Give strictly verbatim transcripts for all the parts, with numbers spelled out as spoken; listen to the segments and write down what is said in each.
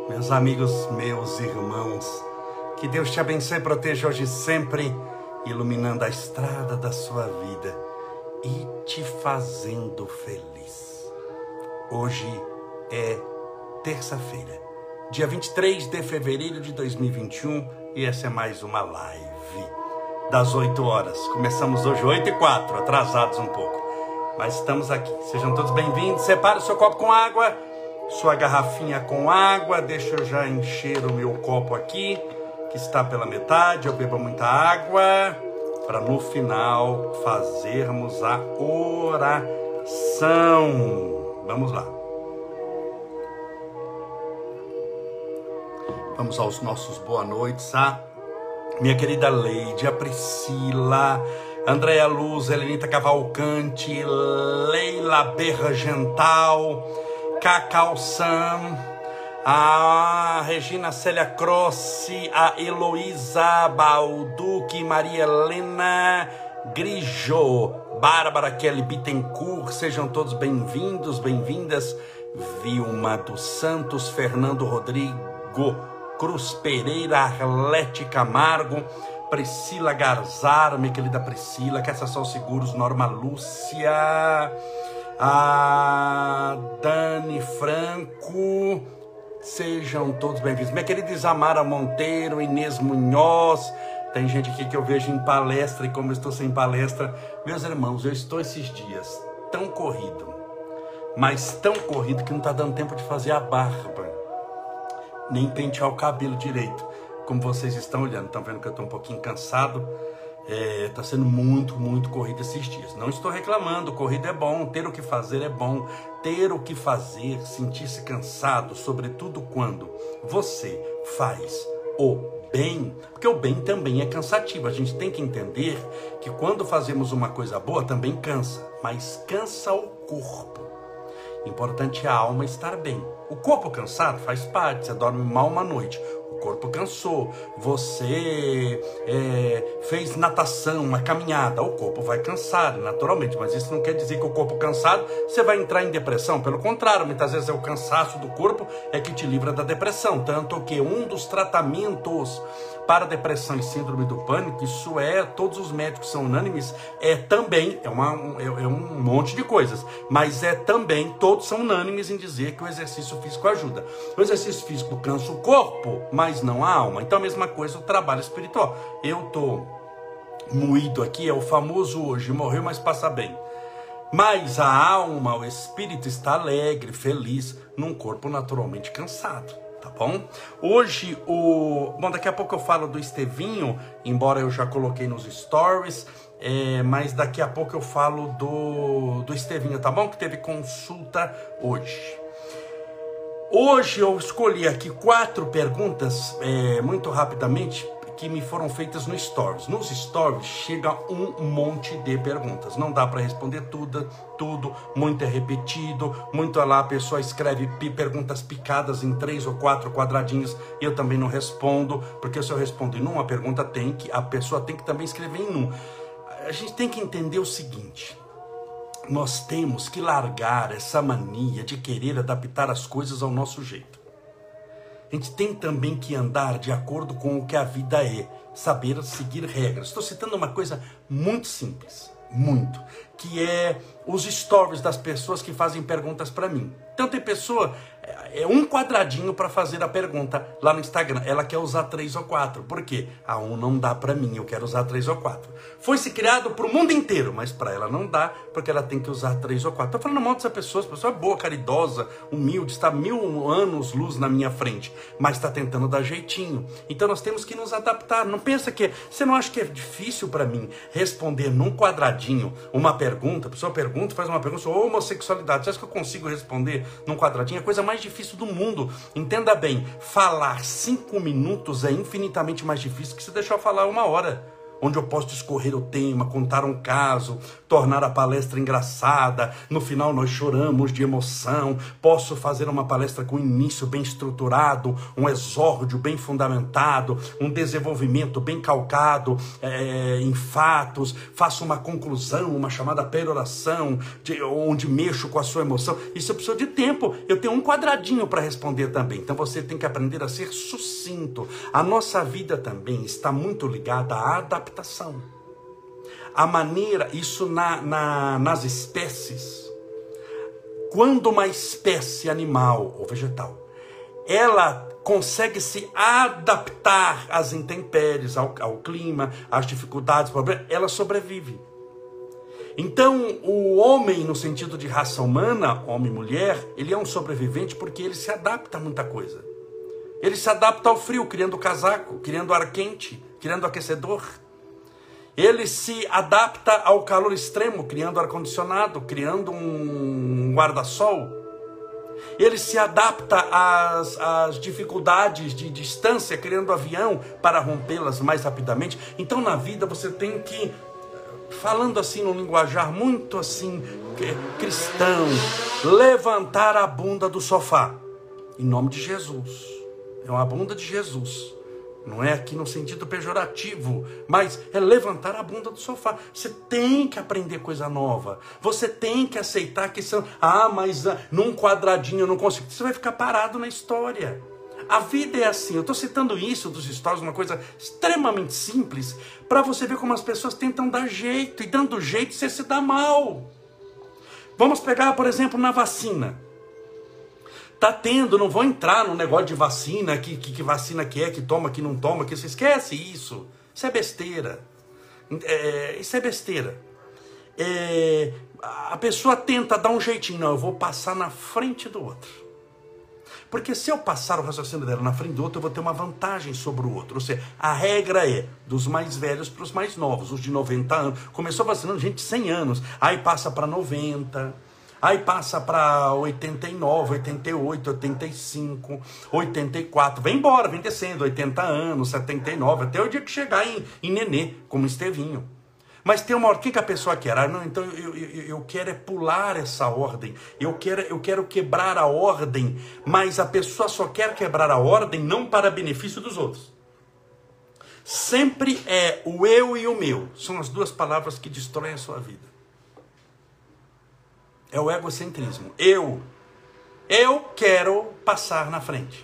Meus amigos, meus irmãos, que Deus te abençoe e proteja hoje e sempre, iluminando a estrada da sua vida e te fazendo feliz. Hoje é terça-feira, dia vinte e três de fevereiro de dois mil e vinte e um, e essa é mais uma live das oito horas. Começamos hoje oito e quatro, atrasados um pouco, mas estamos aqui. Sejam todos bem-vindos. Separe o seu copo com água, sua garrafinha com água. Deixa eu já encher o meu copo aqui, que está pela metade. Eu bebo muita água para no final fazermos a oração. Vamos lá. Vamos aos nossos boa noites, a minha querida Leide, a Priscila, Andréa Luz, Helenita Cavalcante, Leila Bergental, Cacau Sam, a Regina Célia Crossi, a Heloísa Balduque, Maria Helena Grijô, Bárbara Kelly Bittencourt, sejam todos bem-vindos, bem-vindas. Vilma dos Santos, Fernando Rodrigo Cruz Pereira, Arlete Camargo, Priscila Garzar, minha querida Priscila, Caça-Sol Seguros, Norma Lúcia, a Dani Franco, sejam todos bem-vindos. Minha querida Isamara Monteiro, Inês Munhoz, tem gente aqui que eu vejo em palestra, e como eu estou sem palestra, meus irmãos, eu estou esses dias tão corrido, mas tão corrido que não está dando tempo de fazer a barba, nem pentear o cabelo direito. Como vocês estão olhando, estão vendo que eu estou um pouquinho cansado. Está é, sendo muito, muito corrido esses dias. Não estou reclamando, corrida é bom, ter o que fazer é bom. Ter o que fazer, sentir-se cansado, sobretudo quando você faz o bem, porque o bem também é cansativo. A gente tem que entender que quando fazemos uma coisa boa também cansa, mas cansa o corpo. Importante é a alma estar bem. O corpo cansado faz parte, você dorme mal uma noite, o corpo cansou, você é, fez natação, uma caminhada, o corpo vai cansar naturalmente, mas isso não quer dizer que o corpo cansado você vai entrar em depressão. Pelo contrário, muitas vezes é o cansaço do corpo é que te livra da depressão, tanto que um dos tratamentos para depressão e síndrome do pânico, isso é, todos os médicos são unânimes, é também, é, uma, é, é um monte de coisas, mas é também, todos são unânimes em dizer que o exercício físico ajuda. O exercício físico cansa o corpo, mas não a alma. Então a mesma coisa o trabalho espiritual. Eu tô moído aqui, é o famoso hoje, morreu, mas passa bem. Mas a alma, o espírito está alegre, feliz, num corpo naturalmente cansado. Tá bom? Hoje, o... Bom, daqui a pouco eu falo do Estevinho, embora eu já coloquei nos stories, é... mas daqui a pouco eu falo do, do Estevinho, tá bom? Que teve consulta hoje. Hoje eu escolhi aqui quatro perguntas, é, muito rapidamente, que me foram feitas no Stories. Nos Stories chega um monte de perguntas. Não dá para responder tudo, tudo, muito é repetido, muito lá a pessoa escreve perguntas picadas em três ou quatro quadradinhos e eu também não respondo, porque se eu respondo em uma pergunta, tem que, a pessoa tem que também escrever em um. A gente tem que entender o seguinte: nós temos que largar essa mania de querer adaptar as coisas ao nosso jeito. A gente tem também que andar de acordo com o que a vida é, saber seguir regras. Estou citando uma coisa muito simples, muito, que é os stories das pessoas que fazem perguntas para mim. Então tem pessoa, é um quadradinho para fazer a pergunta lá no Instagram. Ela quer usar três ou quatro. Por quê? A um não dá para mim, eu quero usar três ou quatro. Foi-se criado para o mundo inteiro, mas para ela não dá, porque ela tem que usar três ou quatro. Estou falando mal dessa pessoa, essa pessoa é boa, caridosa, humilde, está mil anos luz na minha frente, mas está tentando dar jeitinho. Então nós temos que nos adaptar. Não pensa que, você não acha que é difícil para mim responder num quadradinho uma pergunta? A pessoa pergunta, faz uma pergunta sobre homossexualidade. Você acha que eu consigo responder num quadradinho? É a coisa mais difícil do mundo. Entenda bem, falar cinco minutos é infinitamente mais difícil que se deixar eu falar uma hora. onde eu posso discorrer o tema, contar um caso, tornar a palestra engraçada, no final nós choramos de emoção, posso fazer uma palestra com início bem estruturado, um exórdio bem fundamentado, um desenvolvimento bem calcado é, em fatos, faço uma conclusão, uma chamada peroração, de, onde mexo com a sua emoção. Isso eu preciso de tempo, eu tenho um quadradinho para responder também, então você tem que aprender a ser sucinto. A nossa vida também está muito ligada à adaptação. A maneira, isso na, na, nas espécies, quando uma espécie animal ou vegetal, ela consegue se adaptar às intempéries, ao, ao clima, às dificuldades, problemas, ela sobrevive. Então, o homem, no sentido de raça humana, homem e mulher, ele é um sobrevivente porque ele se adapta a muita coisa. Ele se adapta ao frio, criando casaco, criando ar quente, criando aquecedor. Ele se adapta ao calor extremo, criando ar-condicionado, criando um guarda-sol. Ele se adapta às, às dificuldades de distância, criando avião para rompê-las mais rapidamente. Então, na vida, você tem que, falando assim num linguajar muito assim, cristão, levantar a bunda do sofá, em nome de Jesus. É uma bunda de Jesus. Não é aqui no sentido pejorativo, mas é levantar a bunda do sofá. Você tem que aprender coisa nova. Você tem que aceitar que são... Ah, mas ah, num quadradinho eu não consigo. Você vai ficar parado na história. A vida é assim. Eu estou citando isso dos stories, uma coisa extremamente simples, para você ver como as pessoas tentam dar jeito. E dando jeito você se dá mal. Vamos pegar, por exemplo, na vacina. Tá tendo, não vou entrar no negócio de vacina, que, que, que vacina que é, que toma, que não toma, que você esquece isso. Isso é besteira. É, isso é besteira. É, a pessoa tenta dar um jeitinho, não, eu vou passar na frente do outro. Porque se eu passar o raciocínio dela na frente do outro, eu vou ter uma vantagem sobre o outro. Ou seja, a regra é dos mais velhos para os mais novos, os de noventa anos. Começou vacinando gente de cem anos, aí passa para noventa... Aí passa para oitenta e nove, oitenta e oito, oitenta e cinco, oitenta e quatro. Vem embora, vem descendo, oitenta anos, setenta e nove, até o dia que chegar em, em nenê, como Estevinho. Mas tem uma hora, o que, que a pessoa quer? Ah, não, então eu, eu, eu quero é pular essa ordem. Eu quero, eu quero quebrar a ordem, mas a pessoa só quer quebrar a ordem não para benefício dos outros. Sempre é o eu e o meu. São as duas palavras que destroem a sua vida. É o egocentrismo. Eu, eu quero passar na frente.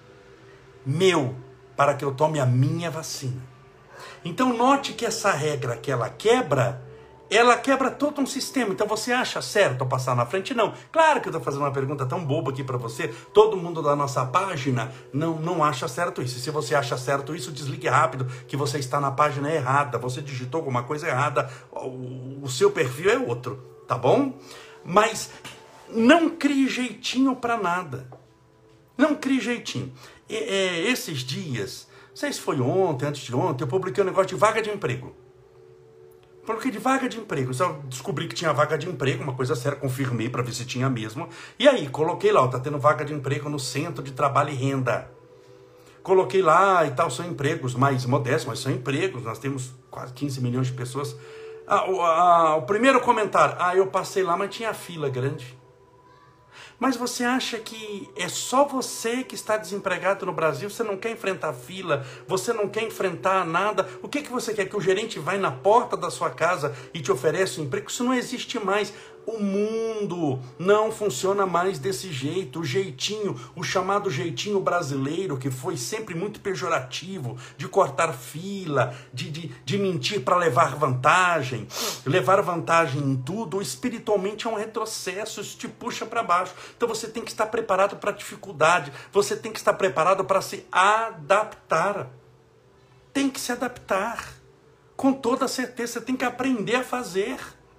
Meu, para que eu tome a minha vacina. Então note que essa regra que ela quebra, ela quebra todo um sistema. Então você acha certo passar na frente? Não. Claro que eu estou fazendo uma pergunta tão boba aqui para você. Todo mundo da nossa página não, não acha certo isso. E se você acha certo isso, desligue rápido, que você está na página errada. Você digitou alguma coisa errada. O, o seu perfil é outro, tá bom? Mas não crie jeitinho para nada. Não crie jeitinho. E, é, esses dias, não sei se foi ontem, antes de ontem, eu publiquei um negócio de vaga de emprego. Publiquei de vaga de emprego. Só descobri que tinha vaga de emprego, uma coisa séria, confirmei para ver se tinha mesmo. E aí, coloquei lá, ó, tá tendo vaga de emprego no Centro de Trabalho e Renda. Coloquei lá e tal, são empregos mais modestos, mas são empregos. Nós temos quase quinze milhões de pessoas. Ah, o, ah, o primeiro comentário, ah, eu passei lá, mas tinha fila grande. Mas você acha que é só você que está desempregado no Brasil? Você não quer enfrentar fila? Você não quer enfrentar nada? O que, que você quer? Que o gerente vai na porta da sua casa e te oferece um emprego? Isso não existe mais. O mundo não funciona mais desse jeito. O jeitinho, o chamado jeitinho brasileiro, que foi sempre muito pejorativo, de cortar fila, de, de, de mentir para levar vantagem, levar vantagem em tudo, espiritualmente é um retrocesso, isso te puxa para baixo. Então você tem que estar preparado para a dificuldade, você tem que estar preparado para se adaptar. Tem que se adaptar, com toda certeza, você tem que aprender a fazer.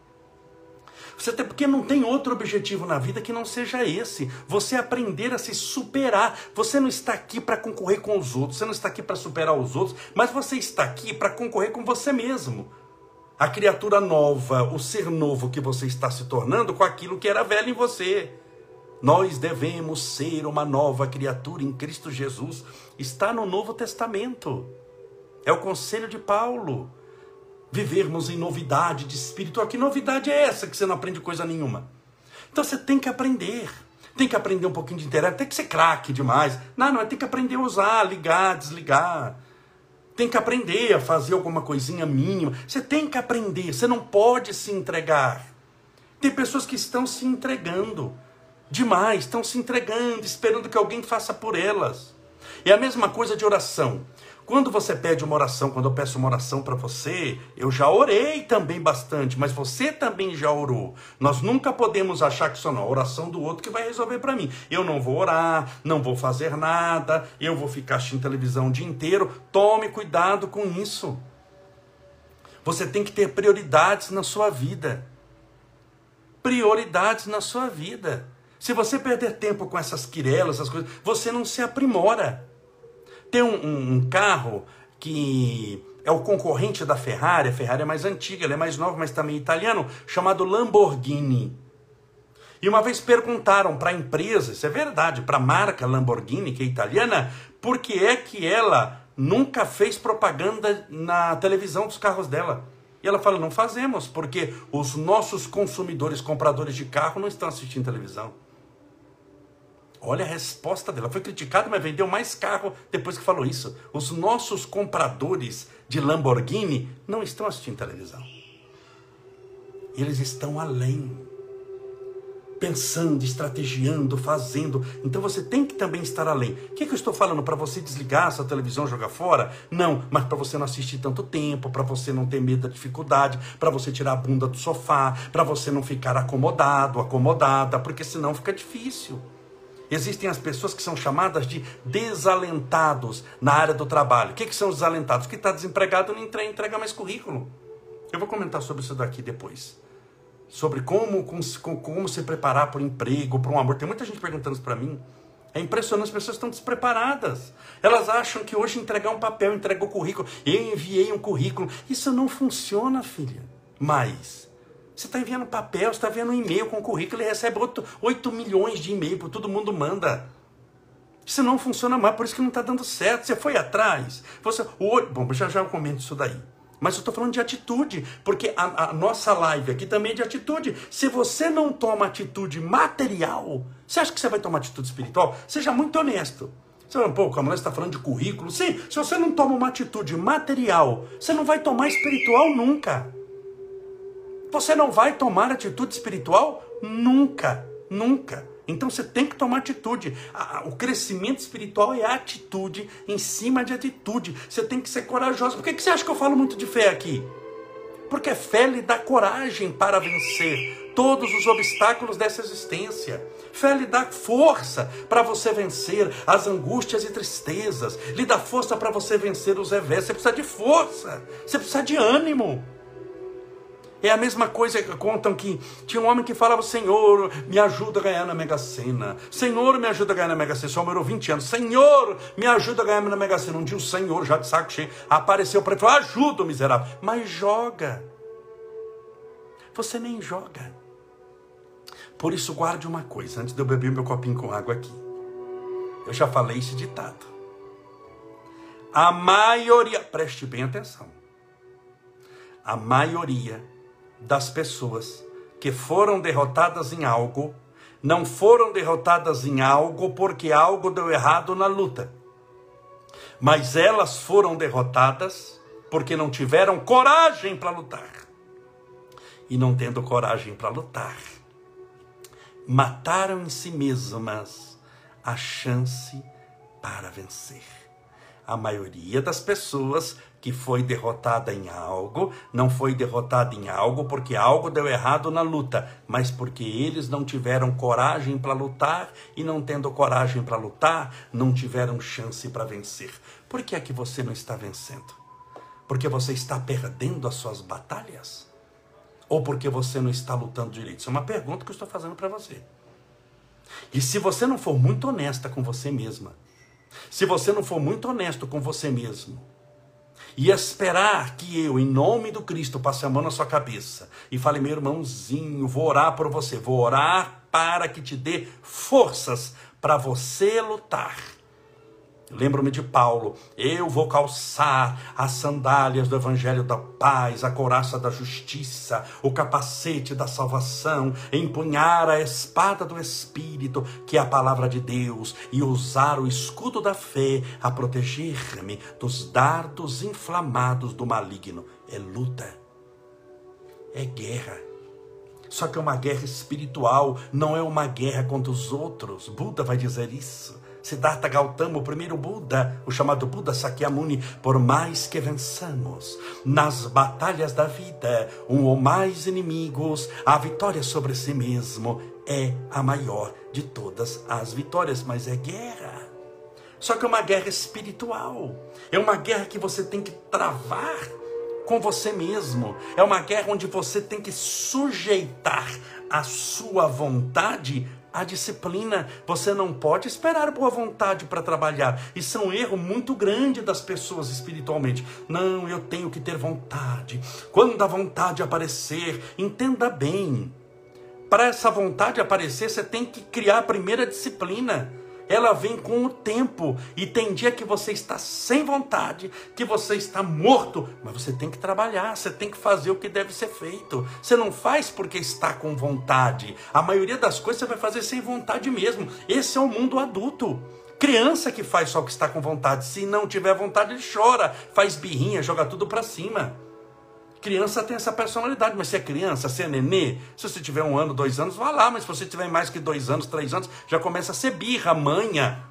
Você tem, porque não tem outro objetivo na vida que não seja esse. Você aprender a se superar. Você não está aqui para concorrer com os outros. Você não está aqui para superar os outros. Mas você está aqui para concorrer com você mesmo. A criatura nova, o ser novo que você está se tornando com aquilo que era velho em você. Nós devemos ser uma nova criatura em Cristo Jesus. Está no Novo Testamento. É o conselho de Paulo. vivermos em novidade de espírito. Que novidade é essa que você não aprende coisa nenhuma? Então você tem que aprender. Tem que aprender um pouquinho de internet. Tem que ser craque demais. Não, não, tem que aprender a usar, ligar, desligar. Tem que aprender a fazer alguma coisinha mínima. Você tem que aprender. Você não pode se entregar. Tem pessoas que estão se entregando demais. Estão se entregando, esperando que alguém faça por elas. É a mesma coisa de oração. Quando você pede uma oração, quando eu peço uma oração para você, eu já orei também bastante, mas você também já orou. Nós nunca podemos achar que só não, a oração do outro que vai resolver para mim. Eu não vou orar, não vou fazer nada, eu vou ficar assistindo televisão o dia inteiro. Tome cuidado com isso. Você tem que ter prioridades na sua vida. Prioridades na sua vida. Se você perder tempo com essas quirelas, essas coisas, você não se aprimora. Tem um, um, um carro que é o concorrente da Ferrari. A Ferrari é mais antiga, ela é mais nova, mas também italiano, chamado Lamborghini. E uma vez perguntaram para a empresa, isso é verdade, para a marca Lamborghini, que é italiana, por que é que ela nunca fez propaganda na televisão dos carros dela? E ela fala, não fazemos, porque os nossos consumidores, compradores de carro, não estão assistindo televisão. Olha a resposta dela. Foi criticada, mas vendeu mais carro depois que falou isso. Os nossos compradores de Lamborghini não estão assistindo televisão. Eles estão além. Pensando, estrategiando, fazendo. Então você tem que também estar além. O que, que eu estou falando? Para você desligar essa televisão e jogar fora? Não, mas para você não assistir tanto tempo, para você não ter medo da dificuldade, para você tirar a bunda do sofá, para você não ficar acomodado, acomodada, porque senão fica difícil. Existem as pessoas que são chamadas de desalentados na área do trabalho. O que, que são os desalentados? Que está desempregado não entrega mais currículo. Eu vou comentar sobre isso daqui depois. Sobre como, como, como se preparar para o emprego, para um amor. Tem muita gente perguntando isso para mim. É impressionante, as pessoas estão despreparadas. Elas acham que hoje entregar um papel, entregar o currículo. Eu enviei um currículo. Isso não funciona, filha. Mas você está enviando papel, você está enviando um e-mail com currículo, ele recebe oito milhões de e-mail, todo mundo manda. Isso não funciona mais, por isso que não está dando certo. Você foi atrás. Você, bom, já já eu comento isso daí. Mas eu estou falando de atitude, porque a, a nossa live aqui também é de atitude. Se você não toma atitude material, você acha que você vai tomar atitude espiritual? Seja muito honesto. Você fala, pô, o Camilão está falando de currículo. Sim, se você não toma uma atitude material, você não vai tomar espiritual nunca. Você não vai tomar atitude espiritual nunca, nunca. Então você tem que tomar atitude. O crescimento espiritual é atitude em cima de atitude. Você tem que ser corajoso. Por que você acha que eu falo muito de fé aqui? Porque fé lhe dá coragem para vencer todos os obstáculos dessa existência. Fé lhe dá força para você vencer as angústias e tristezas. Lhe dá força para você vencer os revés. Você precisa de força. Você precisa de ânimo. É a mesma coisa que contam que tinha um homem que falava, Senhor, me ajuda a ganhar na Mega Sena. Senhor, me ajuda a ganhar na Mega Sena. Esse homem morou vinte anos. Senhor, me ajuda a ganhar na Mega Sena. Um dia o Senhor, já de saco cheio, apareceu para ele e falou, ajuda o miserável. Mas joga. Você nem joga. Por isso guarde uma coisa, antes de eu beber meu copinho com água aqui. Eu já falei esse ditado. A maioria, preste bem atenção. A maioria das pessoas que foram derrotadas em algo, não foram derrotadas em algo porque algo deu errado na luta. Mas elas foram derrotadas porque não tiveram coragem para lutar. E não tendo coragem para lutar, mataram em si mesmas a chance para vencer. A maioria das pessoas que foi derrotada em algo, não foi derrotada em algo porque algo deu errado na luta, mas porque eles não tiveram coragem para lutar, e não tendo coragem para lutar, não tiveram chance para vencer. Por que é que você não está vencendo? Porque você está perdendo as suas batalhas? Ou porque você não está lutando direito? Isso é uma pergunta que eu estou fazendo para você. E se você não for muito honesta com você mesma, se você não for muito honesto com você mesmo, e esperar que eu, em nome do Cristo, passe a mão na sua cabeça e fale, meu irmãozinho, vou orar por você, vou orar para que te dê forças para você lutar. Lembro-me de Paulo: eu vou calçar as sandálias do evangelho da paz, a couraça da justiça, o capacete da salvação, empunhar a espada do Espírito, que é a palavra de Deus, e usar o escudo da fé a proteger-me dos dardos inflamados do maligno. É luta, é guerra. Só que é uma guerra espiritual, não é uma guerra contra os outros. Buda vai dizer isso. Siddhartha Gautama, o primeiro Buda, o chamado Buda Sakyamuni: por mais que vençamos nas batalhas da vida um ou mais inimigos, a vitória sobre si mesmo é a maior de todas as vitórias. Mas é guerra. Só que é uma guerra espiritual. É uma guerra que você tem que travar com você mesmo. É uma guerra onde você tem que sujeitar a sua vontade à disciplina. Você não pode esperar boa vontade para trabalhar. Isso é um erro muito grande das pessoas espiritualmente. Não, eu tenho que ter vontade. Quando a vontade aparecer, entenda bem, para essa vontade aparecer, você tem que criar a primeira disciplina. Ela vem com o tempo, e tem dia que você está sem vontade, que você está morto, mas você tem que trabalhar, você tem que fazer o que deve ser feito. Você não faz porque está com vontade. A maioria das coisas você vai fazer sem vontade mesmo. Esse é o mundo adulto. Criança que faz só o que está com vontade. Se não tiver vontade, ele chora, faz birrinha, joga tudo para cima. Criança tem essa personalidade, mas se é criança, se é nenê, se você tiver um ano, dois anos, vá lá, mas se você tiver mais que dois anos, três anos, já começa a ser birra, manha.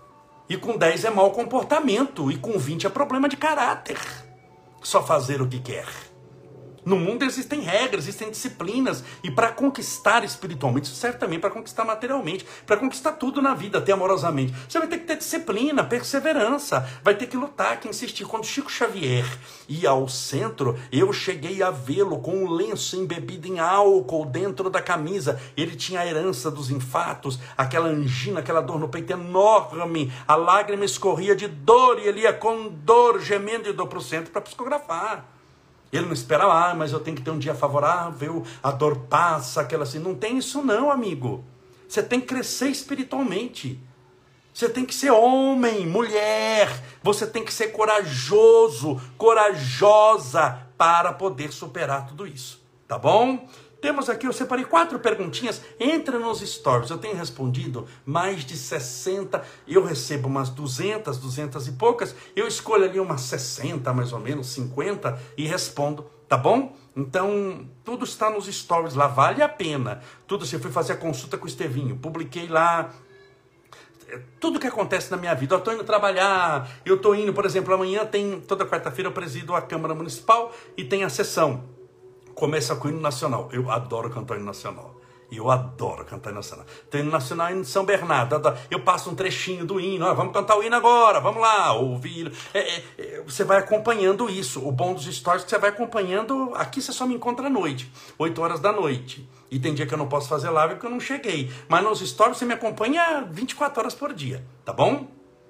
E com dez é mau comportamento, e com vinte é problema de caráter. Só fazer o que quer. No mundo existem regras, existem disciplinas, e para conquistar espiritualmente, isso serve também para conquistar materialmente, para conquistar tudo na vida, até amorosamente, você vai ter que ter disciplina, perseverança, vai ter que lutar, que insistir. Quando Chico Xavier ia ao centro, eu cheguei a vê-lo com um lenço embebido em álcool dentro da camisa. Ele tinha a herança dos infartos, aquela angina, aquela dor no peito enorme, a lágrima escorria de dor, e ele ia com dor, gemendo, e dor para o centro para psicografar. Ele não esperava: ah, mas eu tenho que ter um dia favorável, a dor passa, aquela assim. Não tem isso não, amigo. Você tem que crescer espiritualmente. Você tem que ser homem, mulher. Você tem que ser corajoso, corajosa para poder superar tudo isso. Tá bom? Temos aqui, eu separei quatro perguntinhas. Entra nos stories. Eu tenho respondido mais de sessenta. Eu recebo umas duzentas, duzentas e poucas. Eu escolho ali umas sessenta, mais ou menos, cinquenta, e respondo. Tá bom? Então, tudo está nos stories lá. Vale a pena. Tudo. Se eu fui fazer a consulta com o Estevinho, publiquei lá tudo que acontece na minha vida. Eu estou indo trabalhar. Eu estou indo, por exemplo, amanhã tem, toda quarta-feira eu presido a Câmara Municipal e tem a sessão. Começa com o hino nacional. Eu adoro cantar hino nacional. E eu adoro cantar hino nacional. Tem hino nacional em São Bernardo. Eu passo um trechinho do hino. Ah, vamos cantar o hino agora. Vamos lá. Ouvir. É, é, é, você vai acompanhando isso. O bom dos stories é que você vai acompanhando. Aqui você só me encontra à noite. oito horas da noite. E tem dia que eu não posso fazer live porque eu não cheguei. Mas nos stories você me acompanha vinte e quatro horas por dia. Tá bom?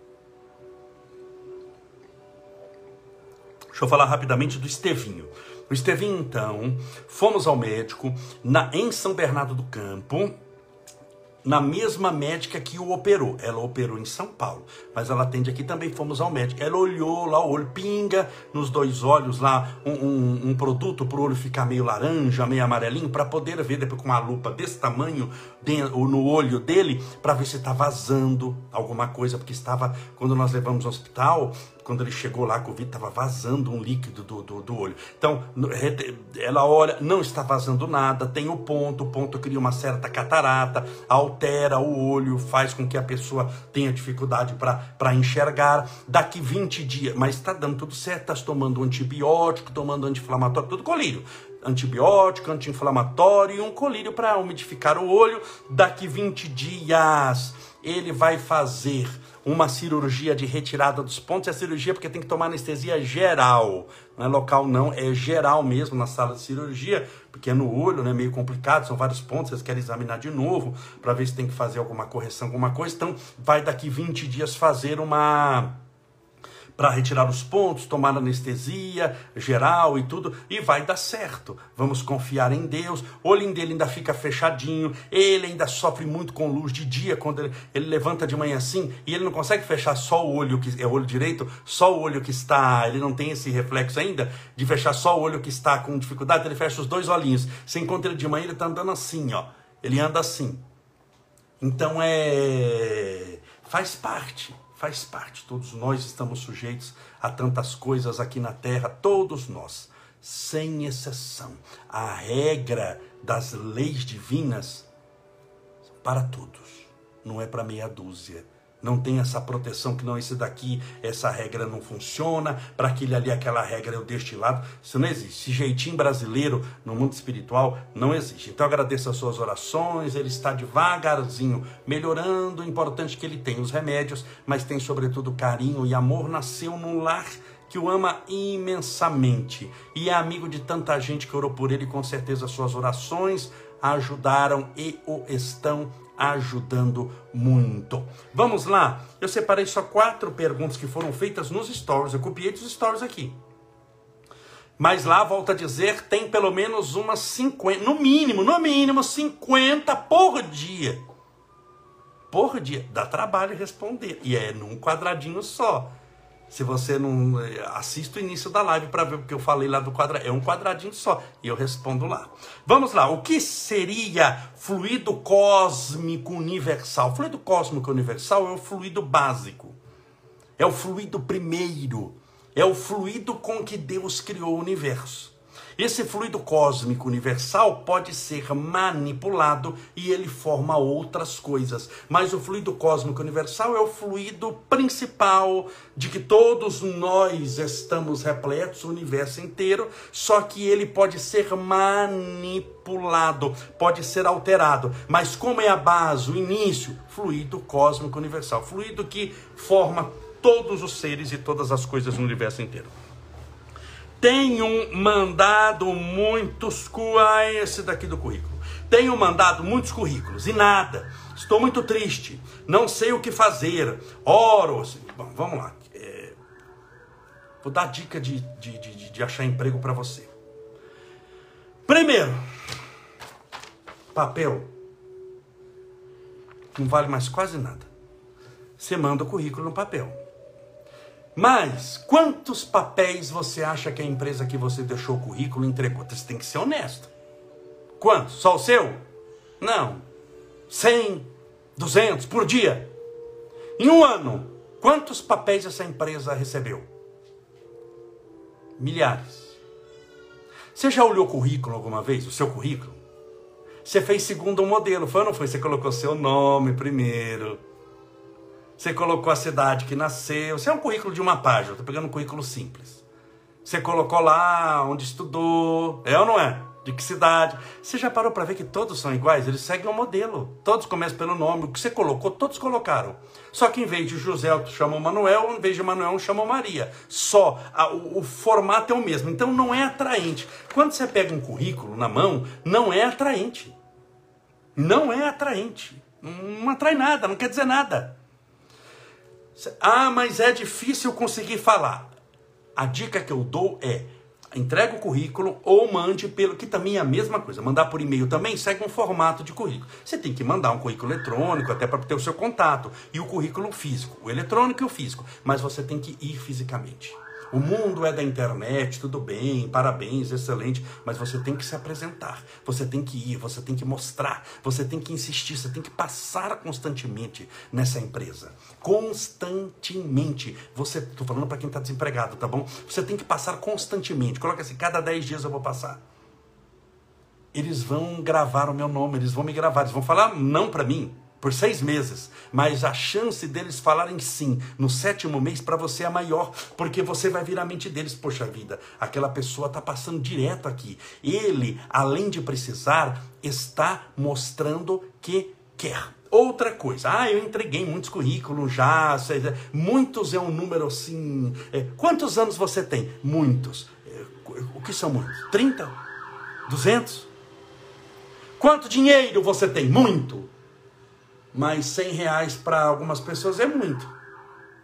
Deixa eu falar rapidamente do Estevinho. O Estevinho, então, fomos ao médico na, em São Bernardo do Campo, na mesma médica que o operou. Ela operou em São Paulo, mas ela atende aqui também. Fomos ao médico. Ela olhou lá, o olho pinga nos dois olhos lá, um, um, um produto para o olho ficar meio laranja, meio amarelinho, para poder ver depois com uma lupa desse tamanho dentro, no olho dele, para ver se está vazando alguma coisa, porque estava, quando nós levamos ao hospital, quando ele chegou lá, a Covid estava vazando um líquido do, do, do olho. Então, ela olha, não está vazando nada, tem o ponto, o ponto cria uma certa catarata, altera o olho, faz com que a pessoa tenha dificuldade para enxergar. Daqui vinte dias, mas está dando tudo certo, está tomando antibiótico, tomando anti-inflamatório, tudo colírio. Antibiótico, anti-inflamatório e um colírio para umidificar o olho. Daqui vinte dias, ele vai fazer uma cirurgia de retirada dos pontos. É cirurgia porque tem que tomar anestesia geral, não é local não, é geral mesmo na sala de cirurgia, porque é no olho, né, meio complicado, são vários pontos, vocês querem examinar de novo, para ver se tem que fazer alguma correção, alguma coisa. Então vai daqui vinte dias fazer uma... para retirar os pontos, tomar anestesia geral e tudo, e vai dar certo. Vamos confiar em Deus. O olhinho dele ainda fica fechadinho, ele ainda sofre muito com luz de dia, quando ele, ele levanta de manhã assim, e ele não consegue fechar só o olho, que é o olho direito, só o olho que está, ele não tem esse reflexo ainda, de fechar só o olho que está com dificuldade, ele fecha os dois olhinhos. Você encontra ele de manhã, ele está andando assim, ó, ele anda assim. Então é... faz parte. Faz parte, todos nós estamos sujeitos a tantas coisas aqui na terra, todos nós, sem exceção. A regra das leis divinas para todos, não é para meia dúzia. Não tem essa proteção que não, esse daqui, essa regra não funciona, para aquele ali, aquela regra eu deixo de lado. Isso não existe. Esse jeitinho brasileiro no mundo espiritual não existe. Então eu agradeço as suas orações, ele está devagarzinho melhorando. O importante é que ele tem os remédios, mas tem sobretudo carinho e amor. Nasceu num lar que o ama imensamente e é amigo de tanta gente que orou por ele, com certeza as suas orações ajudaram e o estão ajudando muito. Vamos lá, eu separei só quatro perguntas que foram feitas nos stories, eu copiei dos stories aqui. Mas lá, volto a dizer, tem pelo menos umas cinquenta, no mínimo, no mínimo cinquenta por dia. Por dia, dá trabalho responder, e é num quadradinho só. Se você não assiste o início da live para ver o que eu falei lá do quadradinho, é um quadradinho só e eu respondo lá. Vamos lá, o que seria fluido cósmico universal? O fluido cósmico universal é o fluido básico, é o fluido primeiro, é o fluido com que Deus criou o universo. Esse fluido cósmico universal pode ser manipulado e ele forma outras coisas. Mas o fluido cósmico universal é o fluido principal de que todos nós estamos repletos, o universo inteiro, só que ele pode ser manipulado, pode ser alterado. Mas como é a base, o início? Fluido cósmico universal, fluido que forma todos os seres e todas as coisas no universo inteiro. Tenho mandado muitos, ah, esse daqui do currículo. Tenho mandado muitos currículos e nada. Estou muito triste. Não sei o que fazer. Oro. Assim, bom, vamos lá. É, vou dar dica de, de, de, de achar emprego para você. Primeiro, papel não vale mais quase nada. Você manda o currículo no papel. Mas quantos papéis você acha que a empresa que você deixou o currículo entregou? Você tem que ser honesto. Quantos? Só o seu? Não. cem, duzentos por dia. Em um ano, quantos papéis essa empresa recebeu? Milhares. Você já olhou o currículo alguma vez? O seu currículo? Você fez segundo modelo, foi ou não foi? Você colocou seu nome primeiro. Você colocou a cidade que nasceu. Você é um currículo de uma página. Eu estou pegando um currículo simples. Você colocou lá onde estudou. É ou não é? De que cidade? Você já parou para ver que todos são iguais? Eles seguem um modelo. Todos começam pelo nome. O que você colocou, todos colocaram. Só que em vez de José, chamam Manuel. Em vez de Manuel, chamam Maria. Só. A, o, o formato é o mesmo. Então não é atraente. Quando você pega um currículo na mão, não é atraente. Não é atraente. Não atrai nada. Não quer dizer nada. Ah, mas é difícil conseguir falar. A dica que eu dou é: entrega o currículo ou mande pelo, que também é a mesma coisa. Mandar por e-mail também segue um formato de currículo. Você tem que mandar um currículo eletrônico até para ter o seu contato. E o currículo físico, o eletrônico e o físico. Mas você tem que ir fisicamente. O mundo é da internet, tudo bem, parabéns, excelente, mas você tem que se apresentar, você tem que ir, você tem que mostrar, você tem que insistir, você tem que passar constantemente nessa empresa. Constantemente. Você, estou falando para quem está desempregado, tá bom? Você tem que passar constantemente. Coloca assim, cada dez dias eu vou passar. Eles vão gravar o meu nome, eles vão me gravar, eles vão falar não para mim, por seis meses, mas a chance deles falarem sim no sétimo mês para você é maior, porque você vai vir à mente deles. Poxa vida, aquela pessoa está passando direto aqui. Ele, além de precisar, está mostrando que quer. Outra coisa, ah, eu entreguei muitos currículos já, muitos é um número assim, é, quantos anos você tem? Muitos. É, o que são muitos? trinta? duzentos? Quanto dinheiro você tem? Muito. Mas cem reais para algumas pessoas é muito.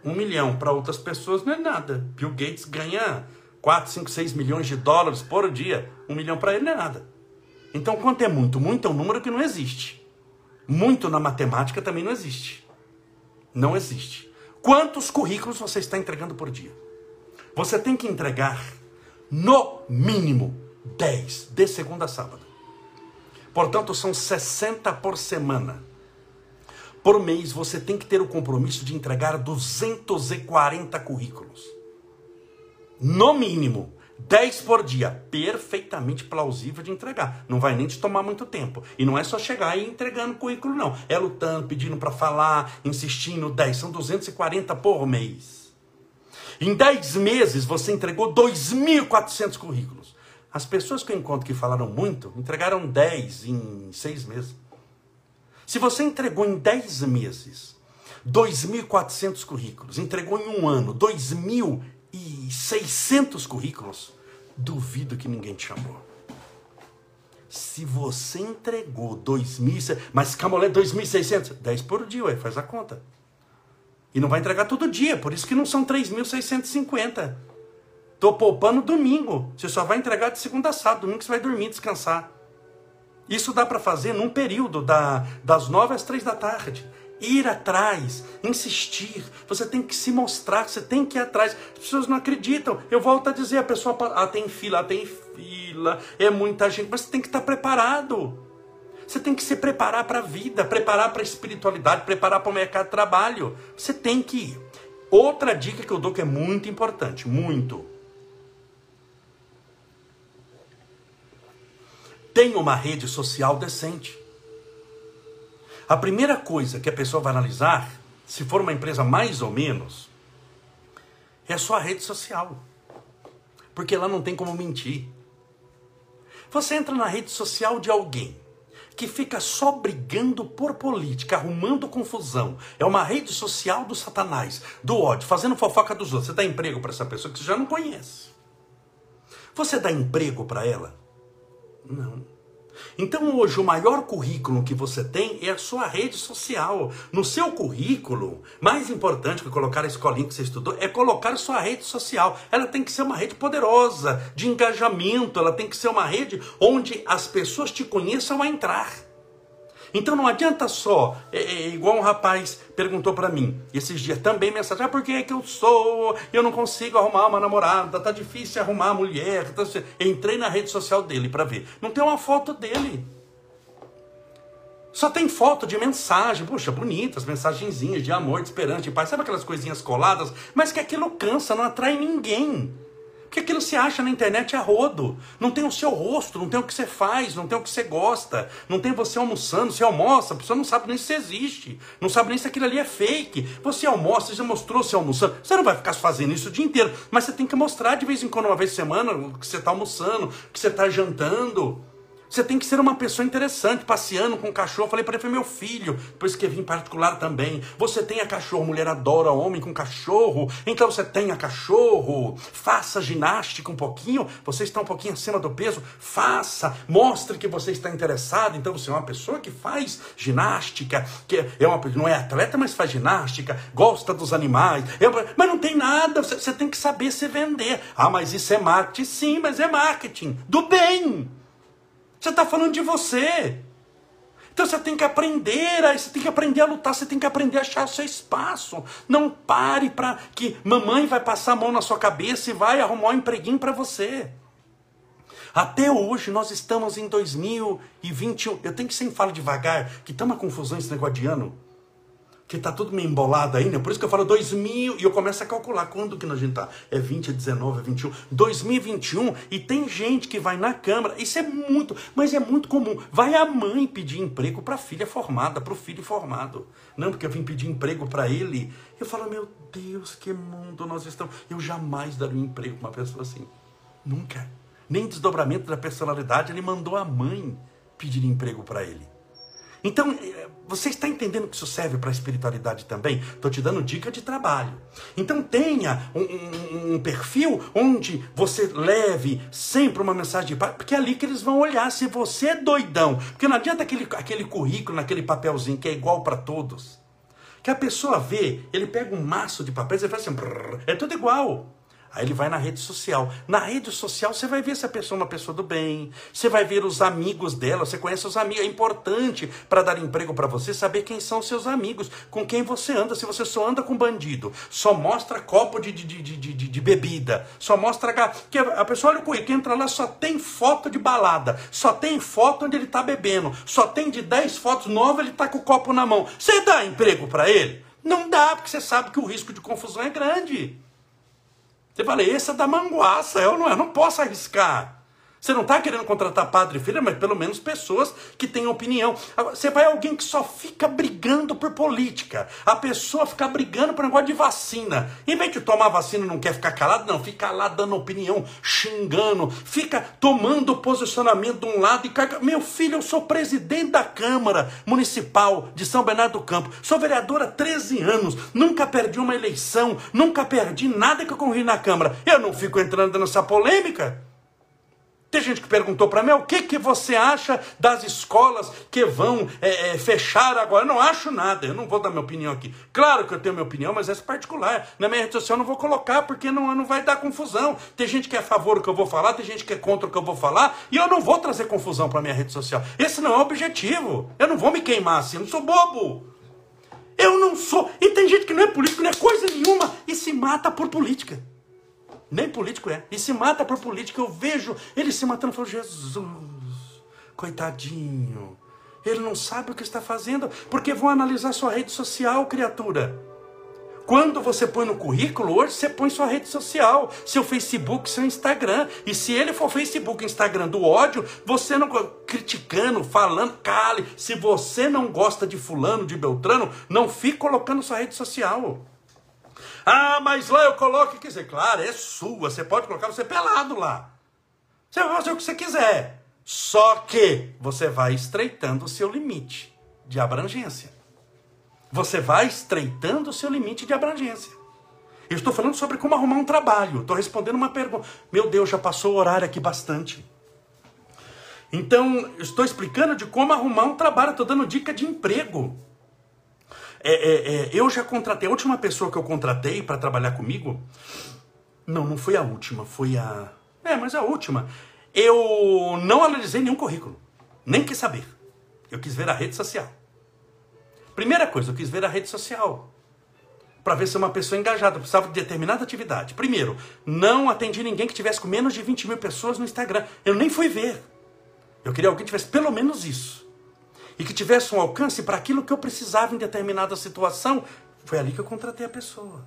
Um milhão para outras pessoas não é nada. Bill Gates ganha quatro, cinco, seis milhões de dólares por dia. Um milhão para ele não é nada. Então, quanto é muito? Muito é um número que não existe. Muito na matemática também não existe. Não existe. Quantos currículos você está entregando por dia? Você tem que entregar, no mínimo, dez, de segunda a sábado. Portanto, são sessenta por semana. Por mês, você tem que ter o compromisso de entregar duzentos e quarenta currículos. No mínimo, dez por dia. Perfeitamente plausível de entregar. Não vai nem te tomar muito tempo. E não é só chegar e entregando currículo, não. É lutando, pedindo para falar, insistindo. dez. São duzentos e quarenta por mês. Em dez meses, você entregou dois mil e quatrocentos currículos. As pessoas que eu encontro que falaram muito, entregaram dez em seis meses. Se você entregou em dez meses dois mil e quatrocentos currículos, entregou em um ano dois mil e seiscentos currículos, duvido que ninguém te chamou. Se você entregou dois mil, mas Camolé, dois mil e seiscentos, dez por dia, ué, faz a conta. E não vai entregar todo dia, por isso que não são três mil seiscentos e cinquenta. Estou poupando domingo, você só vai entregar de segunda a sábado, domingo você vai dormir, descansar. Isso dá para fazer num período da, das nove às três da tarde. Ir atrás, insistir. Você tem que se mostrar, você tem que ir atrás. As pessoas não acreditam. Eu volto a dizer, a pessoa, ah, tem fila, ah, tem fila, é muita gente. Mas você tem que estar preparado. Você tem que se preparar para a vida, preparar para a espiritualidade, preparar para o mercado de trabalho. Você tem que ir. Outra dica que eu dou que é muito importante, muito. Tenha uma rede social decente. A primeira coisa que a pessoa vai analisar, se for uma empresa mais ou menos, é a sua rede social. Porque lá não tem como mentir. Você entra na rede social de alguém que fica só brigando por política, arrumando confusão. É uma rede social do Satanás, do ódio, fazendo fofoca dos outros. Você dá emprego para essa pessoa que você já não conhece. Você dá emprego para ela? Não. Então hoje o maior currículo que você tem é a sua rede social. No seu currículo, mais importante que colocar a escolinha que você estudou, é colocar a sua rede social. Ela tem que ser uma rede poderosa, de engajamento, ela tem que ser uma rede onde as pessoas te conheçam a entrar. Então não adianta só, é, é, igual um rapaz perguntou para mim, esses dias também mensagem, ah, por que é que eu sou, eu não consigo arrumar uma namorada, tá difícil arrumar mulher, tá... Entrei na rede social dele para ver, não tem uma foto dele, só tem foto de mensagem, poxa, bonitas, mensagenzinhas de amor, de esperança, de paz, sabe aquelas coisinhas coladas, mas que aquilo cansa, não atrai ninguém. Porque aquilo se acha na internet a rodo. Não tem o seu rosto, não tem o que você faz, não tem o que você gosta. Não tem você almoçando, você almoça, a pessoa não sabe nem se existe. Não sabe nem se aquilo ali é fake. Você almoça, você já mostrou você almoçando. Você não vai ficar fazendo isso o dia inteiro. Mas você tem que mostrar de vez em quando, uma vez por semana, que você está almoçando, que você está jantando. Você tem que ser uma pessoa interessante, passeando com o cachorro. Falei para ele, foi meu filho, depois que eu vim em particular também. Você tenha cachorro, mulher adora homem com cachorro, então você tenha cachorro. Faça ginástica um pouquinho, você está um pouquinho acima do peso, faça, mostre que você está interessado. Então você é uma pessoa que faz ginástica, que é uma, não é atleta, mas faz ginástica, gosta dos animais. É uma, mas não tem nada, você, você tem que saber se vender. Ah, mas isso é marketing? Sim, mas é marketing do bem. Você está falando de você. Então você tem que aprender, você tem que aprender a lutar, você tem que aprender a achar o seu espaço. Não pare para que mamãe vai passar a mão na sua cabeça e vai arrumar um empreguinho para você. Até hoje nós estamos em dois mil e vinte e um. Eu tenho que sempre falar devagar, que tá uma confusão esse negócio de ano. Que tá tudo meio embolado ainda, por isso que eu falo dois mil e eu começo a calcular quando que a gente tá. É vinte, é dezenove, é vinte e um. dois mil e vinte e um e tem gente que vai na Câmara, isso é muito, mas é muito comum. Vai a mãe pedir emprego para a filha formada, para o filho formado. Não, porque eu vim pedir emprego para ele. Eu falo, meu Deus, que mundo nós estamos. Eu jamais daria um emprego para uma pessoa assim. Nunca. Nem desdobramento da personalidade, ele mandou a mãe pedir emprego para ele. Então, você está entendendo que isso serve para a espiritualidade também? Estou te dando dica de trabalho. Então tenha um, um, um perfil onde você leve sempre uma mensagem de paz, porque é ali que eles vão olhar se você é doidão. Porque não adianta aquele, aquele currículo, naquele papelzinho que é igual para todos. Que a pessoa vê, ele pega um maço de papéis e faz assim, brrr, é tudo igual. Aí ele vai na rede social. Na rede social você vai ver se a pessoa é uma pessoa do bem. Você vai ver os amigos dela. Você conhece os amigos. É importante para dar emprego para você saber quem são seus amigos. Com quem você anda. Se você só anda com bandido. Só mostra copo de, de, de, de, de, de bebida. Só mostra... que a pessoa olha o currículo. Entra lá, só tem foto de balada. Só tem foto onde ele está bebendo. Só tem de dez fotos novas ele está com o copo na mão. Você dá emprego para ele? Não dá, porque você sabe que o risco de confusão é grande. Você fala, esse é da manguaça, eu não, eu não posso arriscar. Você não está querendo contratar padre e filha, mas pelo menos pessoas que têm opinião. Agora, você vai alguém que só fica brigando por política. A pessoa fica brigando por negócio de vacina. Em vez de tomar vacina não quer ficar calado, não. Fica lá dando opinião, xingando. Fica tomando posicionamento de um lado e caga. Meu filho, eu sou presidente da Câmara Municipal de São Bernardo do Campo. Sou vereadora há treze anos. Nunca perdi uma eleição. Nunca perdi nada que eu corri na Câmara. Eu não fico entrando nessa polêmica. Tem gente que perguntou para mim, o que, que você acha das escolas que vão é, é, fechar agora? Eu não acho nada, eu não vou dar minha opinião aqui. Claro que eu tenho minha opinião, mas essa é particular. Na minha rede social eu não vou colocar, porque não, não vai dar confusão. Tem gente que é a favor do que eu vou falar, tem gente que é contra o que eu vou falar, e eu não vou trazer confusão para minha rede social. Esse não é o objetivo. Eu não vou me queimar assim, eu não sou bobo. Eu não sou. E tem gente que não é político, não é coisa nenhuma, e se mata por política. Nem político é. E se mata por política. Eu vejo ele se matando. Eu falo, Jesus, coitadinho. Ele não sabe o que está fazendo. Porque vão analisar sua rede social, criatura. Quando você põe no currículo, hoje você põe sua rede social. Seu Facebook, seu Instagram. E se ele for Facebook, Instagram do ódio, você não... criticando, falando, cale. Se você não gosta de fulano, de Beltrano, não fique colocando sua rede social. Ah, mas lá eu coloco, quer dizer, claro, é sua, você pode colocar você pelado lá. Você vai fazer o que você quiser. Só que você vai estreitando o seu limite de abrangência. Você vai estreitando o seu limite de abrangência. Eu estou falando sobre como arrumar um trabalho. Estou respondendo uma pergunta. Meu Deus, já passou o horário aqui bastante. Então, estou explicando de como arrumar um trabalho. Estou dando dica de emprego. É, é, é, eu já contratei, a última pessoa que eu contratei para trabalhar comigo, não, não foi a última, foi a... É, mas a última. Eu não analisei nenhum currículo, nem quis saber. Eu quis ver a rede social. Primeira coisa, eu quis ver a rede social, para ver se é uma pessoa engajada, eu precisava de determinada atividade. Primeiro, não atendi ninguém que tivesse com menos de vinte mil pessoas no Instagram. Eu nem fui ver. Eu queria alguém que tivesse pelo menos isso. E que tivesse um alcance para aquilo que eu precisava em determinada situação. Foi ali que eu contratei a pessoa.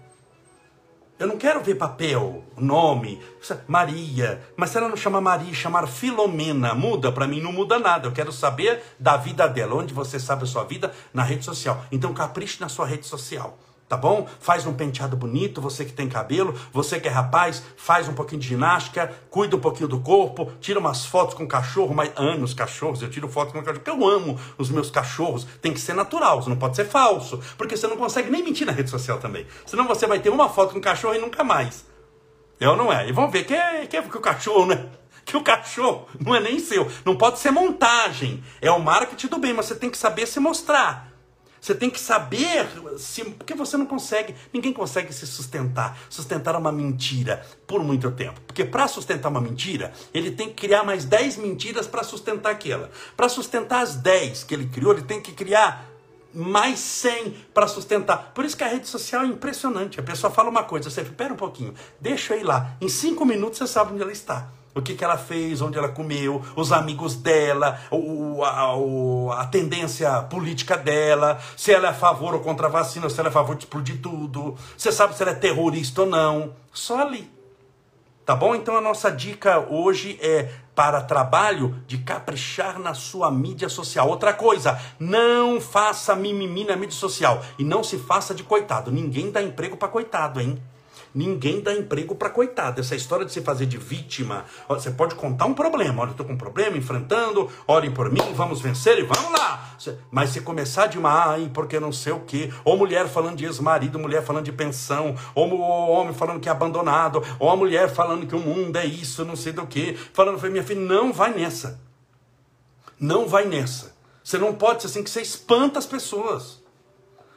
Eu não quero ver papel, nome, Maria. Mas se ela não chama Maria e chamar Filomena, muda? Para mim não muda nada. Eu quero saber da vida dela. Onde você sabe a sua vida? Na rede social. Então capriche na sua rede social. Tá bom? Faz um penteado bonito, você que tem cabelo, você que é rapaz, faz um pouquinho de ginástica, cuida um pouquinho do corpo, tira umas fotos com cachorro, mas amo os cachorros, eu tiro fotos com cachorro, porque eu amo os meus cachorros, tem que ser natural, você não pode ser falso, porque você não consegue nem mentir na rede social também, senão você vai ter uma foto com cachorro e nunca mais. É ou não é? E vamos ver que, é, que, é, que o cachorro, né? Que o cachorro não é nem seu, não pode ser montagem, é o marketing do bem, mas você tem que saber se mostrar. Você tem que saber, se, porque você não consegue, ninguém consegue se sustentar, sustentar uma mentira por muito tempo. Porque para sustentar uma mentira, ele tem que criar mais dez mentiras para sustentar aquela. Para sustentar as dez que ele criou, ele tem que criar mais cem para sustentar. Por isso que a rede social é impressionante. A pessoa fala uma coisa, você espera um pouquinho, deixa eu ir lá. Em cinco minutos você sabe onde ela está. O que, que ela fez, onde ela comeu, os amigos dela, o, a, o, a tendência política dela, se ela é a favor ou contra a vacina, se ela é a favor de explodir tudo, você sabe se ela é terrorista ou não, só ali. Tá bom? Então a nossa dica hoje é para trabalho de caprichar na sua mídia social. Outra coisa, não faça mimimi na mídia social e não se faça de coitado. Ninguém dá emprego para coitado, hein? Ninguém dá emprego para coitado. Essa história de se fazer de vítima, você pode contar um problema. Olha, eu estou com um problema, enfrentando, orem por mim, vamos vencer e vamos lá. Mas se começar de uma, ai, porque não sei o quê, ou mulher falando de ex-marido, mulher falando de pensão, ou homem falando que é abandonado, ou a mulher falando que o mundo é isso, não sei do quê, falando, minha filha, não vai nessa. Não vai nessa. Você não pode ser assim que você espanta as pessoas.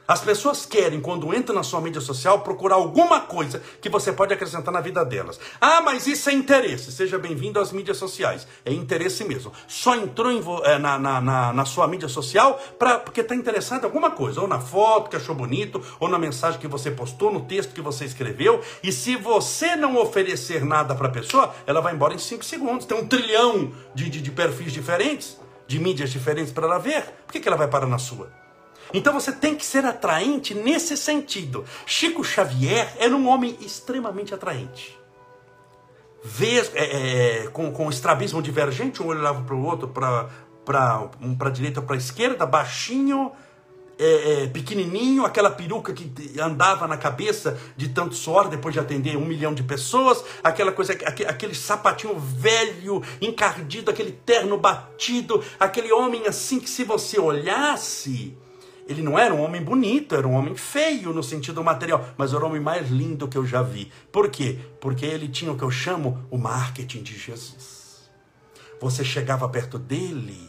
As pessoas querem, quando entram na sua mídia social, procurar alguma coisa que você pode acrescentar na vida delas. Ah, mas isso é interesse. Seja bem-vindo às mídias sociais. É interesse mesmo. Só entrou em, na, na, na, na sua mídia social pra, porque está interessado em alguma coisa. Ou na foto que achou bonito, ou na mensagem que você postou, no texto que você escreveu. E se você não oferecer nada para a pessoa, ela vai embora em cinco segundos. Tem um trilhão de, de, de perfis diferentes, de mídias diferentes para ela ver. Por que, que ela vai parar na sua? Então você tem que ser atraente nesse sentido. Chico Xavier era um homem extremamente atraente. Vez, é, é, com, com estrabismo divergente, um olho olhava para o outro, para um para a direita ou para a esquerda, baixinho, é, é, pequenininho, aquela peruca que andava na cabeça de tanto suor depois de atender um milhão de pessoas, aquela coisa, aquele, aquele sapatinho velho, encardido, aquele terno batido, aquele homem assim que se você olhasse... Ele não era um homem bonito, era um homem feio no sentido material, mas era o homem mais lindo que eu já vi. Por quê? Porque ele tinha o que eu chamo o marketing de Jesus. Você chegava perto dele,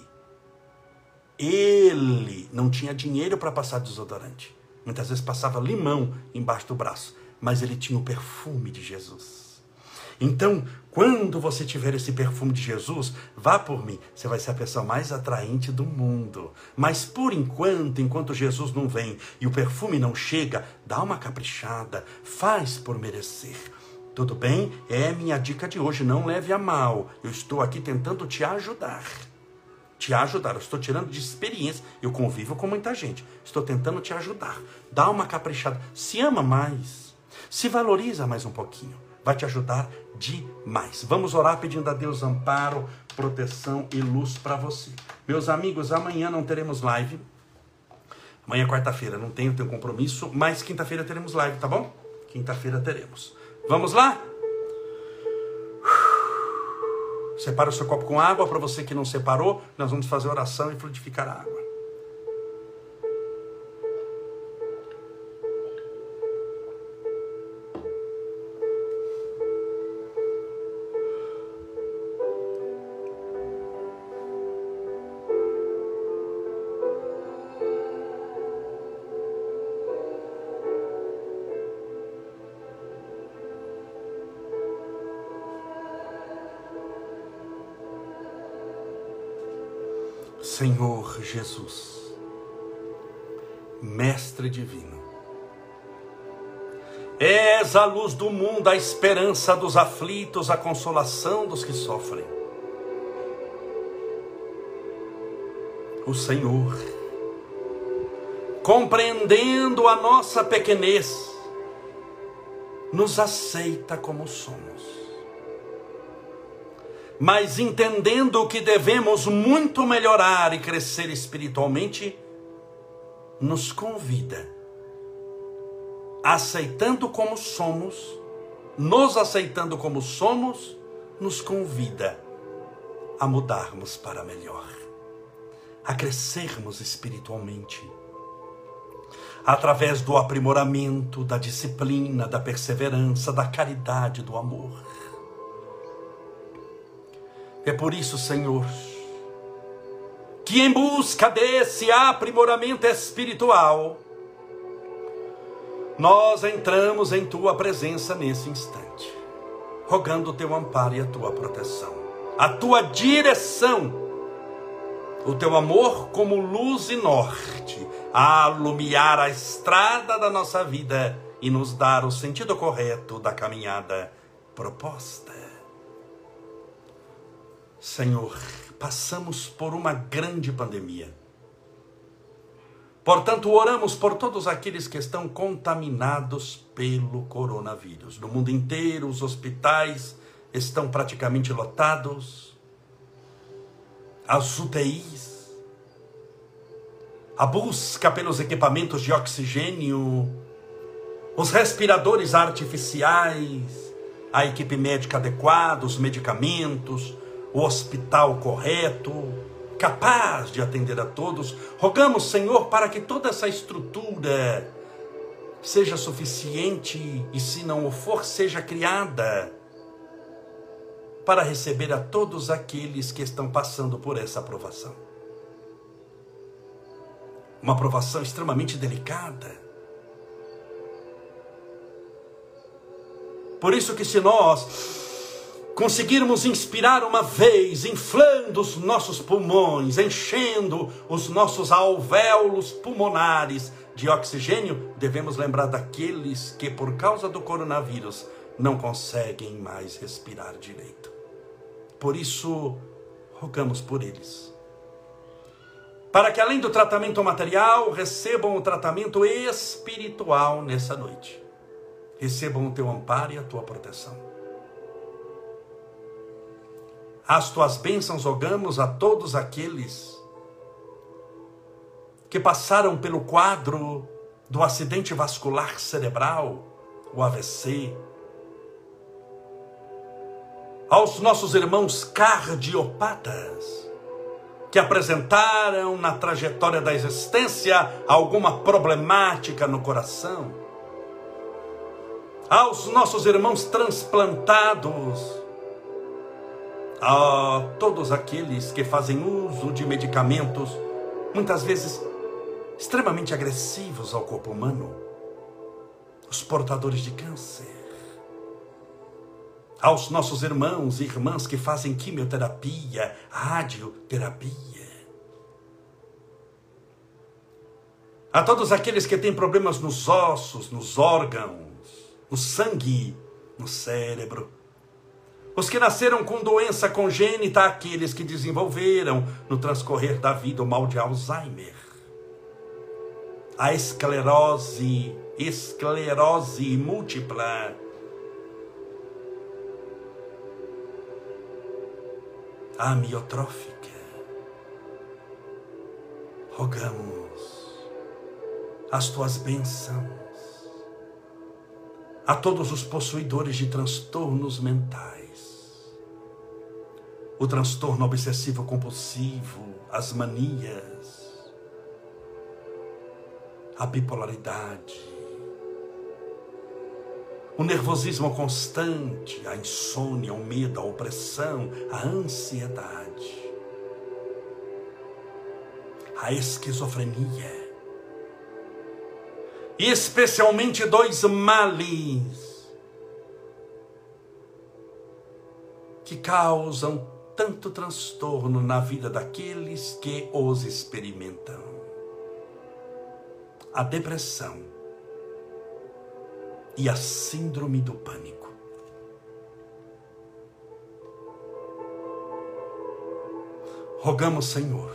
ele não tinha dinheiro para passar desodorante. Muitas vezes passava limão embaixo do braço, mas ele tinha o perfume de Jesus. Então, quando você tiver esse perfume de Jesus, vá por mim, você vai ser a pessoa mais atraente do mundo. Mas por enquanto, enquanto Jesus não vem e o perfume não chega, dá uma caprichada, faz por merecer. Tudo bem? É minha dica de hoje, não leve a mal. Eu estou aqui tentando te ajudar. Te ajudar, eu estou tirando de experiência, eu convivo com muita gente. Estou tentando te ajudar. Dá uma caprichada, se ama mais, se valoriza mais um pouquinho. Vai te ajudar demais. Vamos orar pedindo a Deus amparo, proteção e luz para você. Meus amigos, amanhã não teremos live. Amanhã é quarta-feira, não tenho, tenho compromisso, mas quinta-feira teremos live, tá bom? Quinta-feira teremos. Vamos lá? Separa o seu copo com água. Para você que não separou, nós vamos fazer oração e frutificar a água. Senhor Jesus, Mestre Divino, és a luz do mundo, a esperança dos aflitos, a consolação dos que sofrem. O Senhor, compreendendo a nossa pequenez, nos aceita como somos. Mas entendendo que devemos muito melhorar e crescer espiritualmente, nos convida, aceitando como somos, nos aceitando como somos, nos convida a mudarmos para melhor, a crescermos espiritualmente, através do aprimoramento, da disciplina, da perseverança, da caridade, do amor. É por isso, Senhor, que em busca desse aprimoramento espiritual, nós entramos em Tua presença nesse instante, rogando o Teu amparo e a Tua proteção, a Tua direção, o Teu amor como luz e norte, a alumiar a estrada da nossa vida e nos dar o sentido correto da caminhada proposta. Senhor, passamos por uma grande pandemia. Portanto, oramos por todos aqueles que estão contaminados pelo coronavírus. No mundo inteiro, os hospitais estão praticamente lotados. As U T Is, a busca pelos equipamentos de oxigênio, os respiradores artificiais, a equipe médica adequada, os medicamentos, o hospital correto, capaz de atender a todos. Rogamos, Senhor, para que toda essa estrutura seja suficiente e, se não o for, seja criada para receber a todos aqueles que estão passando por essa provação. uma provação extremamente delicada. Por isso que se nós conseguirmos inspirar uma vez, inflando os nossos pulmões, enchendo os nossos alvéolos pulmonares de oxigênio, devemos lembrar daqueles que por causa do coronavírus não conseguem mais respirar direito. Por isso, rogamos por eles, para que além do tratamento material, recebam o tratamento espiritual nessa noite. Recebam o teu amparo e a tua proteção. As tuas bênçãos rogamos a todos aqueles que passaram pelo quadro do acidente vascular cerebral, o A V C, aos nossos irmãos cardiopatas, que apresentaram na trajetória da existência alguma problemática no coração, aos nossos irmãos transplantados, a todos aqueles que fazem uso de medicamentos, muitas vezes extremamente agressivos ao corpo humano, os portadores de câncer, aos nossos irmãos e irmãs que fazem quimioterapia, radioterapia, a todos aqueles que têm problemas nos ossos, nos órgãos, no sangue, no cérebro, os que nasceram com doença congênita, aqueles que desenvolveram no transcorrer da vida o mal de Alzheimer, a esclerose, esclerose múltipla, a amiotrófica. Rogamos as tuas bênçãos a todos os possuidores de transtornos mentais, o transtorno obsessivo compulsivo, as manias, a bipolaridade, o nervosismo constante, a insônia, o medo, a opressão, a ansiedade, a esquizofrenia, e especialmente dois males que causam tanto transtorno na vida daqueles que os experimentam: a depressão e a síndrome do pânico. Rogamos, Senhor,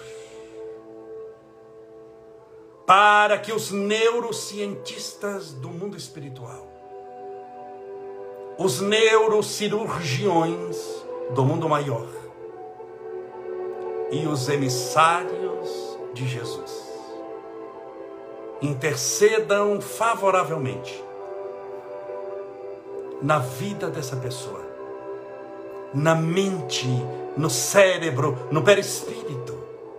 para que os neurocientistas do mundo espiritual, os neurocirurgiões do mundo maior e os emissários de Jesus intercedam favoravelmente na vida dessa pessoa, na mente, no cérebro, no perispírito,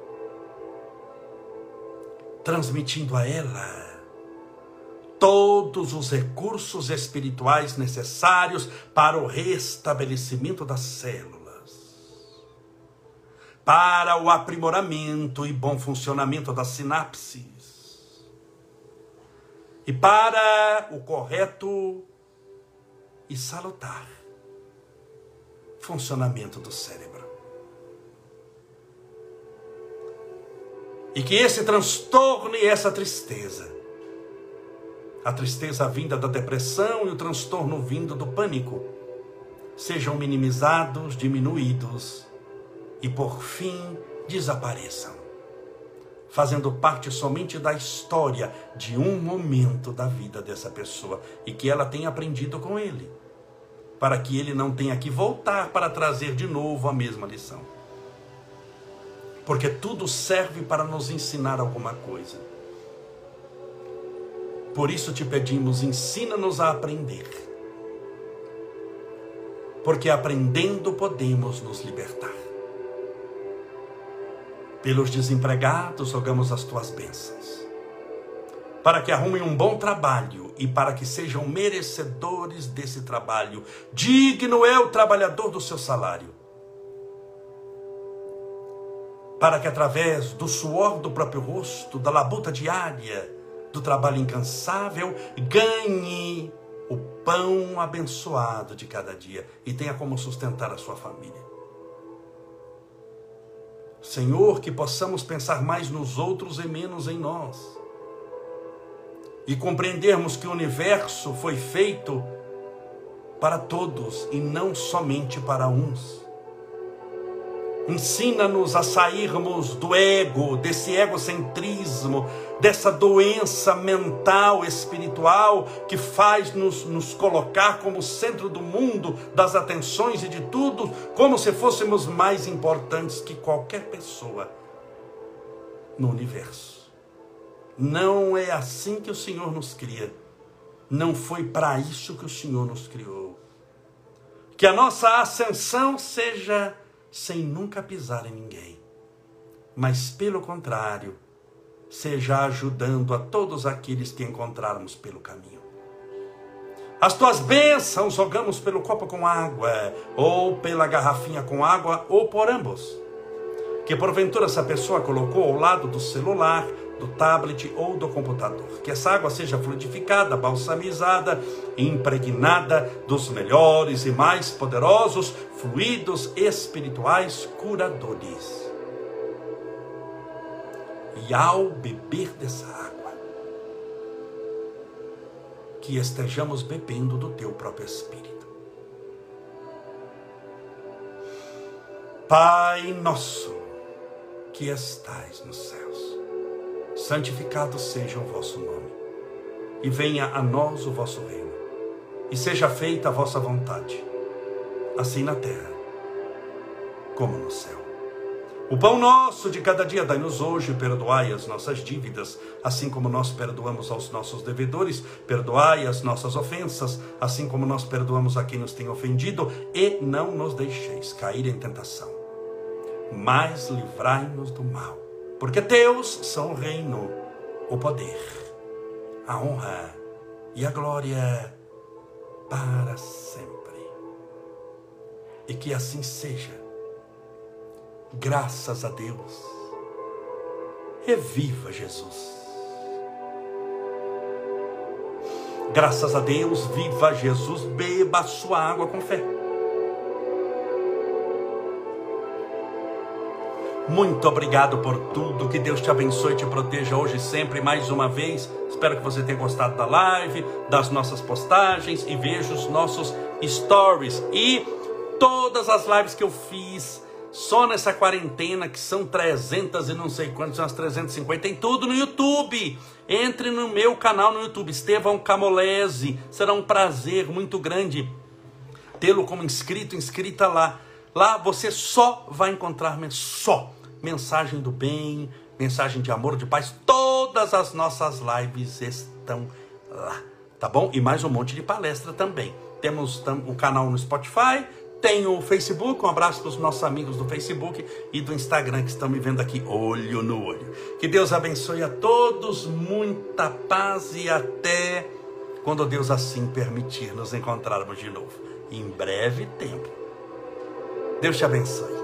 transmitindo a ela todos os recursos espirituais necessários para o restabelecimento das células, para o aprimoramento e bom funcionamento das sinapses, e para o correto e salutar funcionamento do cérebro. E que esse transtorno e essa tristeza, a tristeza vinda da depressão e o transtorno vindo do pânico, sejam minimizados, diminuídos e por fim desapareçam, fazendo parte somente da história de um momento da vida dessa pessoa e que ela tenha aprendido com ele, para que ele não tenha que voltar para trazer de novo a mesma lição. Porque tudo serve para nos ensinar alguma coisa. Por isso te pedimos, ensina-nos a aprender. Porque aprendendo podemos nos libertar. Pelos desempregados, rogamos as tuas bênçãos, para que arrumem um bom trabalho e para que sejam merecedores desse trabalho. Digno é o trabalhador do seu salário. para que através do suor do próprio rosto, da labuta diária, do trabalho incansável, ganhe o pão abençoado de cada dia e tenha como sustentar a sua família. Senhor, que possamos pensar mais nos outros e menos em nós. E compreendermos que o universo foi feito para todos e não somente para uns. Ensina-nos a sairmos do ego, desse egocentrismo, dessa doença mental, espiritual, que faz nos, nos colocar como centro do mundo, das atenções e de tudo, como se fôssemos mais importantes que qualquer pessoa no universo. Não é assim que o Senhor nos cria. Não foi para isso que o Senhor nos criou. Que a nossa ascensão seja sem nunca pisar em ninguém, mas pelo contrário, seja ajudando a todos aqueles que encontrarmos pelo caminho. As tuas bênçãos jogamos pelo copo com água, ou pela garrafinha com água, ou por ambos. Que porventura essa pessoa colocou ao lado do celular, do tablet ou do computador. Que essa água seja fluidificada, balsamizada, impregnada dos melhores e mais poderosos fluidos espirituais curadores. E ao beber dessa água, que estejamos bebendo do teu próprio Espírito. Pai nosso, que estais nos céus, santificado seja o vosso nome, e venha a nós o vosso reino, e seja feita a vossa vontade, assim na terra, como no céu. O pão nosso de cada dia dai-nos hoje, perdoai as nossas dívidas, assim como nós perdoamos aos nossos devedores, perdoai as nossas ofensas, assim como nós perdoamos a quem nos tem ofendido, e não nos deixeis cair em tentação, mas livrai-nos do mal. Porque teus são o reino, o poder, a honra e a glória para sempre. E que assim seja. Graças a Deus. Reviva Jesus. Graças a Deus, viva Jesus, beba a sua água com fé. Muito obrigado por tudo, que Deus te abençoe e te proteja hoje e sempre, mais uma vez. Espero que você tenha gostado da live, das nossas postagens e veja os nossos stories. E todas as lives que eu fiz só nessa quarentena, que são trezentas e não sei quantas, umas trezentas e cinquenta, tem tudo no YouTube. Entre no meu canal no YouTube, Estevão Camolese. Será um prazer muito grande tê-lo como inscrito, inscrita lá. Lá você só vai encontrar, só, mensagem do bem, mensagem de amor, de paz. Todas as nossas lives estão lá, tá bom? E mais um monte de palestra também. Temos o canal no Spotify, tem o Facebook, um abraço para os nossos amigos do Facebook e do Instagram que estão me vendo aqui, olho no olho. Que Deus abençoe a todos, muita paz e até quando Deus assim permitir nos encontrarmos de novo. Em breve tempo. Deus te abençoe.